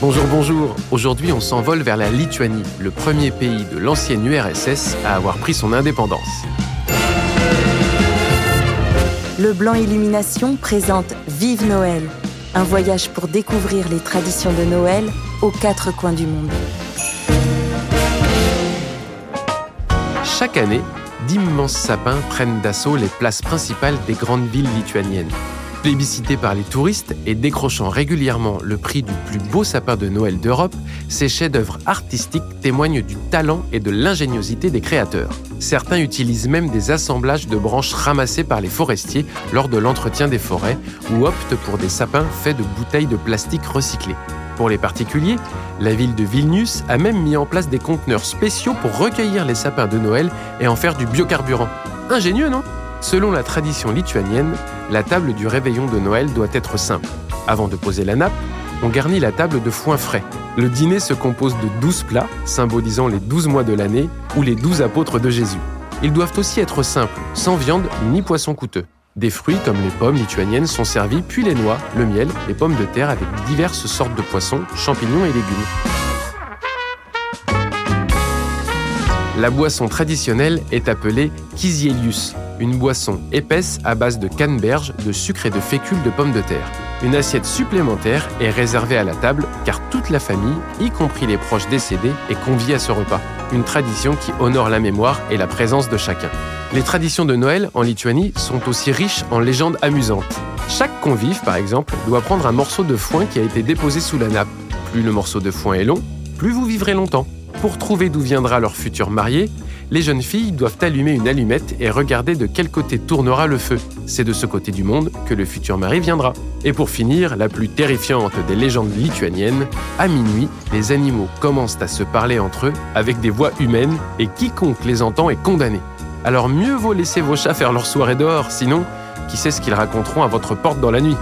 Bonjour, bonjour. Aujourd'hui, on s'envole vers la Lituanie, le premier pays de l'ancienne URSS à avoir pris son indépendance. Leblanc Illumination présente Vive Noël, un voyage pour découvrir les traditions de Noël aux quatre coins du monde. Chaque année, d'immenses sapins prennent d'assaut les places principales des grandes villes lituaniennes. Plébiscités par les touristes et décrochant régulièrement le prix du plus beau sapin de Noël d'Europe, ces chefs-d'œuvre artistiques témoignent du talent et de l'ingéniosité des créateurs. Certains utilisent même des assemblages de branches ramassées par les forestiers lors de l'entretien des forêts ou optent pour des sapins faits de bouteilles de plastique recyclées. Pour les particuliers, la ville de Vilnius a même mis en place des conteneurs spéciaux pour recueillir les sapins de Noël et en faire du biocarburant. Ingénieux, non ? Selon la tradition lituanienne, la table du réveillon de Noël doit être simple. Avant de poser la nappe, on garnit la table de foin frais. Le dîner se compose de 12 plats, symbolisant les 12 mois de l'année ou les 12 apôtres de Jésus. Ils doivent aussi être simples, sans viande ni poisson coûteux. Des fruits comme les pommes lituaniennes sont servis, puis les noix, le miel, les pommes de terre avec diverses sortes de poissons, champignons et légumes. La boisson traditionnelle est appelée kisielius, une boisson épaisse à base de canneberge, de sucre et de fécule de pommes de terre. Une assiette supplémentaire est réservée à la table car toute la famille, y compris les proches décédés, est conviée à ce repas. Une tradition qui honore la mémoire et la présence de chacun. Les traditions de Noël en Lituanie sont aussi riches en légendes amusantes. Chaque convive, par exemple, doit prendre un morceau de foin qui a été déposé sous la nappe. Plus le morceau de foin est long, plus vous vivrez longtemps. Pour trouver d'où viendra leur futur marié, les jeunes filles doivent allumer une allumette et regarder de quel côté tournera le feu. C'est de ce côté du monde que le futur mari viendra. Et pour finir, la plus terrifiante des légendes lituaniennes, à minuit, les animaux commencent à se parler entre eux avec des voix humaines et quiconque les entend est condamné. Alors mieux vaut laisser vos chats faire leur soirée dehors, sinon, qui sait ce qu'ils raconteront à votre porte dans la nuit.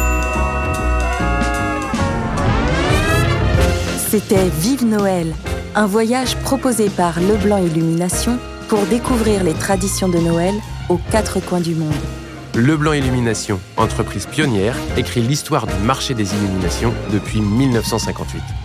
C'était Vive Noël, un voyage proposé par Leblanc Illumination pour découvrir les traditions de Noël aux quatre coins du monde. Leblanc Illumination, entreprise pionnière, écrit l'histoire du marché des illuminations depuis 1958.